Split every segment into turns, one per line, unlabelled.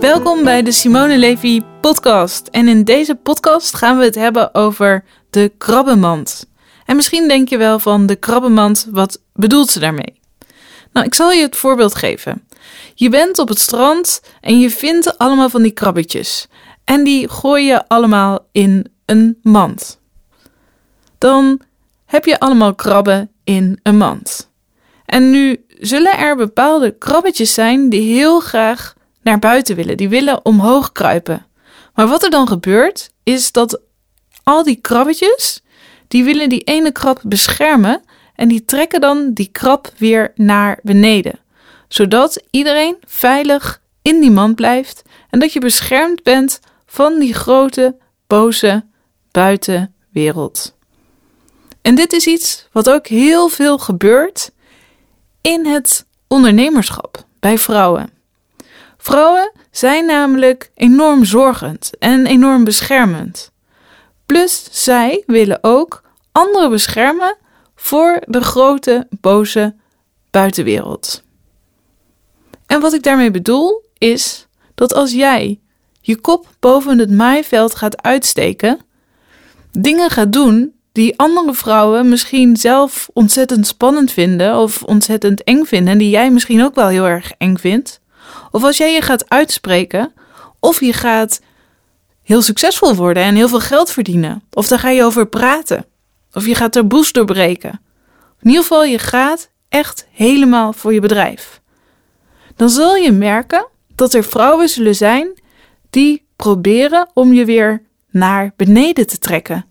Welkom bij de Simone Levy podcast. En in deze podcast gaan we het hebben over de krabbenmand. En misschien denk je wel van de krabbenmand, wat bedoelt ze daarmee? Nou, ik zal je het voorbeeld geven. Je bent op het strand en je vindt allemaal van die krabbetjes. En die gooi je allemaal in een mand. Dan heb je allemaal krabben in een mand. En nu zullen er bepaalde krabbetjes zijn die heel graag naar buiten willen. Die willen omhoog kruipen. Maar wat er dan gebeurt, is dat al die krabbetjes, die willen die ene krab beschermen en die trekken dan die krab weer naar beneden. Zodat iedereen veilig in die mand blijft en dat je beschermd bent van die grote, boze buitenwereld. En dit is iets wat ook heel veel gebeurt in het ondernemerschap bij vrouwen. Vrouwen zijn namelijk enorm zorgend en enorm beschermend. Plus zij willen ook anderen beschermen voor de grote, boze buitenwereld. En wat ik daarmee bedoel is dat als jij je kop boven het maaiveld gaat uitsteken, dingen gaat doen die andere vrouwen misschien zelf ontzettend spannend vinden of ontzettend eng vinden en die jij misschien ook wel heel erg eng vindt. Of als jij je gaat uitspreken, of je gaat heel succesvol worden en heel veel geld verdienen. Of daar ga je over praten. Of je gaat taboes doorbreken. In ieder geval, je gaat echt helemaal voor je bedrijf. Dan zul je merken dat er vrouwen zullen zijn die proberen om je weer naar beneden te trekken.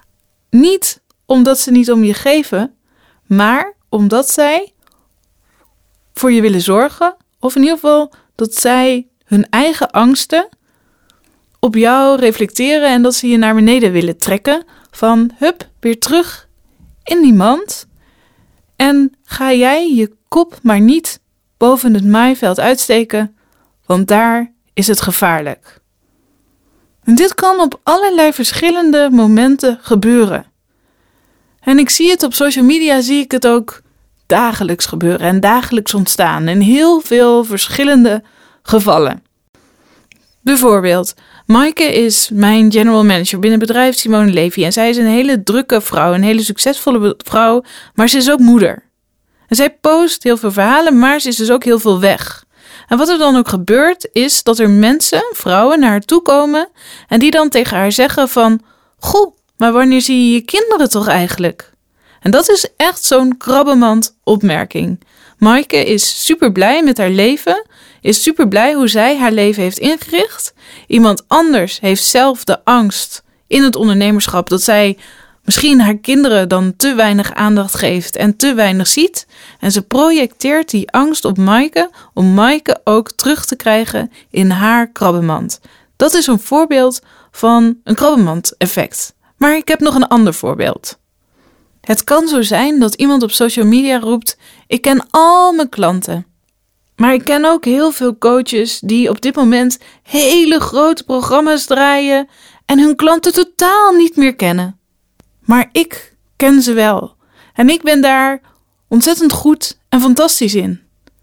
Niet omdat ze niet om je geven, maar omdat zij voor je willen zorgen. Of in ieder geval dat zij hun eigen angsten op jou reflecteren en dat ze je naar beneden willen trekken. Van hup, weer terug in die mand. En ga jij je kop maar niet boven het maaiveld uitsteken, want daar is het gevaarlijk. En dit kan op allerlei verschillende momenten gebeuren. En ik zie het op social media, zie ik het ook dagelijks gebeuren en dagelijks ontstaan in heel veel verschillende gevallen. Bijvoorbeeld, Maaike is mijn general manager binnen bedrijf Simone Levy en zij is een hele drukke vrouw, een hele succesvolle vrouw, maar ze is ook moeder. En zij post heel veel verhalen, maar ze is dus ook heel veel weg. En wat er dan ook gebeurt, is dat er mensen, vrouwen, naar haar toe komen en die dan tegen haar zeggen van, goh, maar wanneer zie je je kinderen toch eigenlijk? En dat is echt zo'n krabbenmand opmerking. Maaike is super blij met haar leven, is super blij hoe zij haar leven heeft ingericht. Iemand anders heeft zelf de angst in het ondernemerschap dat zij misschien haar kinderen dan te weinig aandacht geeft en te weinig ziet. En ze projecteert die angst op Maaike om Maaike ook terug te krijgen in haar krabbenmand. Dat is een voorbeeld van een krabbenmand-effect. Maar ik heb nog een ander voorbeeld. Het kan zo zijn dat iemand op social media roept, ik ken al mijn klanten. Maar ik ken ook heel veel coaches die op dit moment hele grote programma's draaien en hun klanten totaal niet meer kennen. Maar ik ken ze wel. En ik ben daar ontzettend goed en fantastisch in.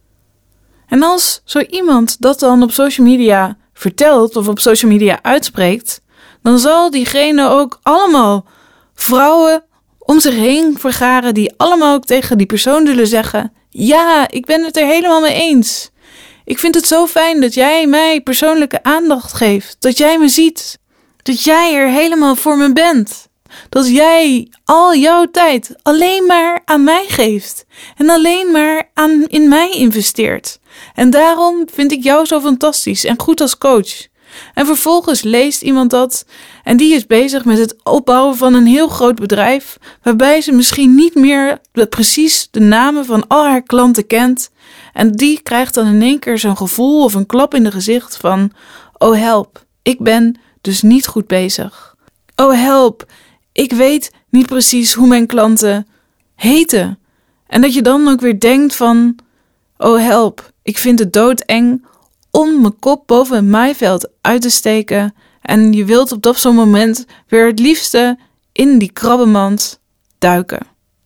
En als zo iemand dat dan op social media vertelt of op social media uitspreekt, dan zal diegene ook allemaal vrouwen om zich heen vergaren die allemaal ook tegen die persoon zullen zeggen, ja, ik ben het er helemaal mee eens. Ik vind het zo fijn dat jij mij persoonlijke aandacht geeft, dat jij me ziet, dat jij er helemaal voor me bent. Dat jij al jouw tijd alleen maar aan mij geeft en alleen maar in mij investeert. En daarom vind ik jou zo fantastisch en goed als coach. En vervolgens leest iemand dat en die is bezig met het opbouwen van een heel groot bedrijf, waarbij ze misschien niet meer precies de namen van al haar klanten kent. En die krijgt dan in één keer zo'n gevoel of een klap in de gezicht van, oh help, ik ben dus niet goed bezig. Oh help, ik weet niet precies hoe mijn klanten heten. En dat je dan ook weer denkt van, oh help, ik vind het doodeng om mijn kop boven het maaiveld uit te steken. En je wilt op dat zo'n moment weer het liefste in die krabbenmand duiken.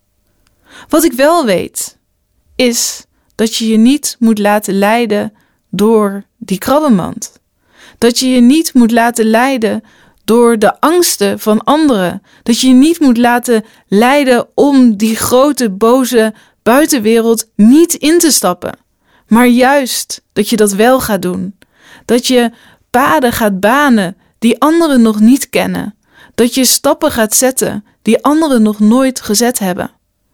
Wat ik wel weet, is dat je je niet moet laten leiden door die krabbenmand. Dat je je niet moet laten leiden door de angsten van anderen. Dat je je niet moet laten leiden om die grote, boze buitenwereld niet in te stappen. Maar juist dat je dat wel gaat doen. Dat je paden gaat banen die anderen nog niet kennen. Dat je stappen gaat zetten die anderen nog nooit gezet hebben.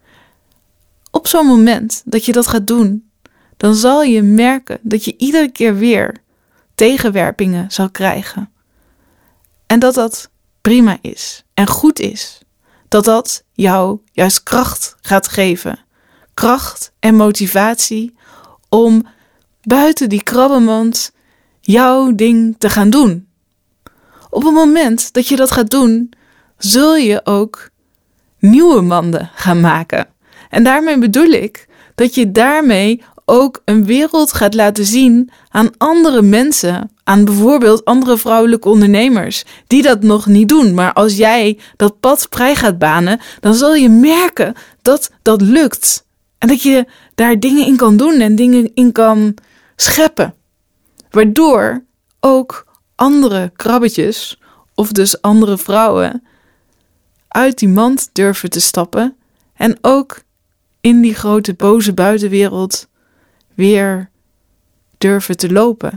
Op zo'n moment dat je dat gaat doen, dan zal je merken dat je iedere keer weer tegenwerpingen zal krijgen. En dat dat prima is en goed is. Dat dat jou juist kracht gaat geven. Kracht en motivatie om buiten die krabbenmand jouw ding te gaan doen. Op het moment dat je dat gaat doen, zul je ook nieuwe manden gaan maken. En daarmee bedoel ik dat je daarmee ook een wereld gaat laten zien aan andere mensen, aan bijvoorbeeld andere vrouwelijke ondernemers, die dat nog niet doen. Maar als jij dat pad vrij gaat banen, dan zul je merken dat dat lukt. En dat je daar dingen in kan doen en dingen in kan scheppen. Waardoor ook andere krabbetjes, of dus andere vrouwen, uit die mand durven te stappen en ook in die grote boze buitenwereld weer durven te lopen.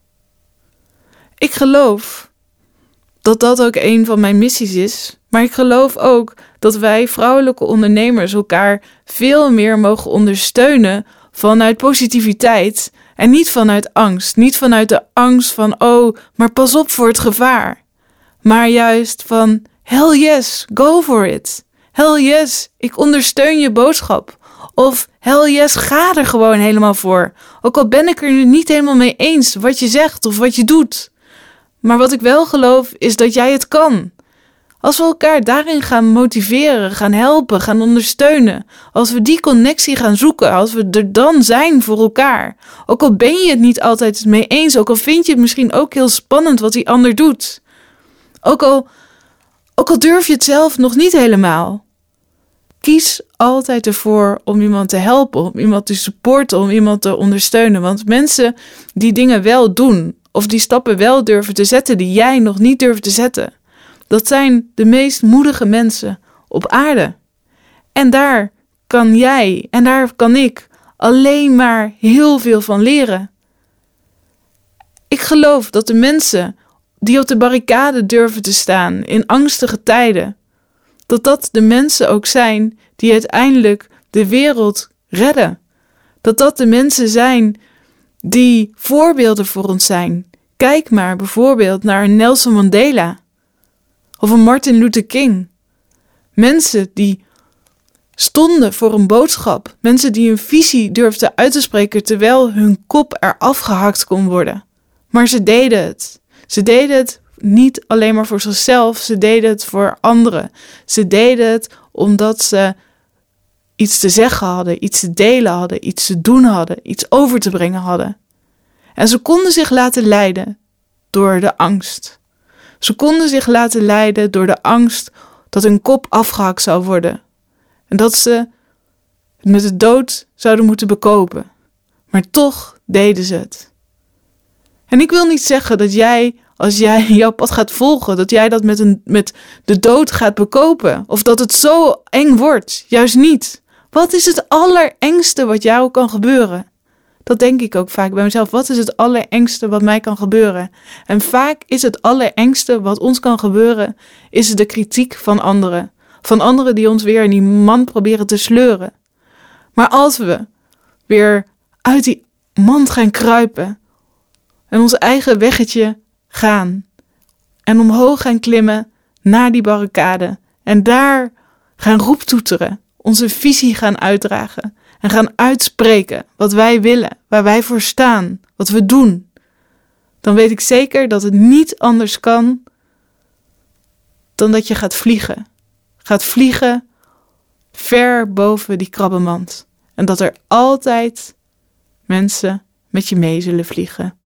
Ik geloof dat dat ook een van mijn missies is, maar ik geloof ook dat wij vrouwelijke ondernemers elkaar veel meer mogen ondersteunen vanuit positiviteit en niet vanuit angst. Niet vanuit de angst van, oh, maar pas op voor het gevaar. Maar juist van, hell yes, go for it. Hell yes, ik ondersteun je boodschap. Of hell yes, ga er gewoon helemaal voor. Ook al ben ik er niet helemaal mee eens wat je zegt of wat je doet. Maar wat ik wel geloof is dat jij het kan. Als we elkaar daarin gaan motiveren, gaan helpen, gaan ondersteunen. Als we die connectie gaan zoeken, als we er dan zijn voor elkaar. Ook al ben je het niet altijd mee eens, ook al vind je het misschien ook heel spannend wat die ander doet. Ook al durf je het zelf nog niet helemaal. Kies altijd ervoor om iemand te helpen, om iemand te supporten, om iemand te ondersteunen. Want mensen die dingen wel doen, of die stappen wel durven te zetten die jij nog niet durft te zetten, dat zijn de meest moedige mensen op aarde. En daar kan jij en daar kan ik alleen maar heel veel van leren. Ik geloof dat de mensen die op de barricade durven te staan in angstige tijden, dat de mensen ook zijn die uiteindelijk de wereld redden. Dat de mensen zijn die voorbeelden voor ons zijn. Kijk maar bijvoorbeeld naar een Nelson Mandela of een Martin Luther King. Mensen die stonden voor een boodschap. Mensen die een visie durfden uit te spreken terwijl hun kop eraf gehakt kon worden. Maar ze deden het. Ze deden het niet alleen maar voor zichzelf, ze deden het voor anderen. Ze deden het omdat ze iets te zeggen hadden, iets te delen hadden, iets te doen hadden, iets over te brengen hadden. En ze konden zich laten leiden door de angst. Ze konden zich laten leiden door de angst dat hun kop afgehakt zou worden. En dat ze het met de dood zouden moeten bekopen. Maar toch deden ze het. En ik wil niet zeggen dat jij, als jij jouw pad gaat volgen, dat jij dat met de dood gaat bekopen. Of dat het zo eng wordt. Juist niet. Wat is het allerengste wat jou kan gebeuren? Dat denk ik ook vaak bij mezelf. Wat is het allerengste wat mij kan gebeuren? En vaak is het allerengste wat ons kan gebeuren, is de kritiek van anderen. Van anderen die ons weer in die mand proberen te sleuren. Maar als we weer uit die mand gaan kruipen en ons eigen weggetje gaan en omhoog gaan klimmen naar die barricade en daar gaan roeptoeteren, onze visie gaan uitdragen en gaan uitspreken wat wij willen, waar wij voor staan, wat we doen, dan weet ik zeker dat het niet anders kan dan dat je gaat vliegen. Gaat vliegen ver boven die krabbenmand. En dat er altijd mensen met je mee zullen vliegen.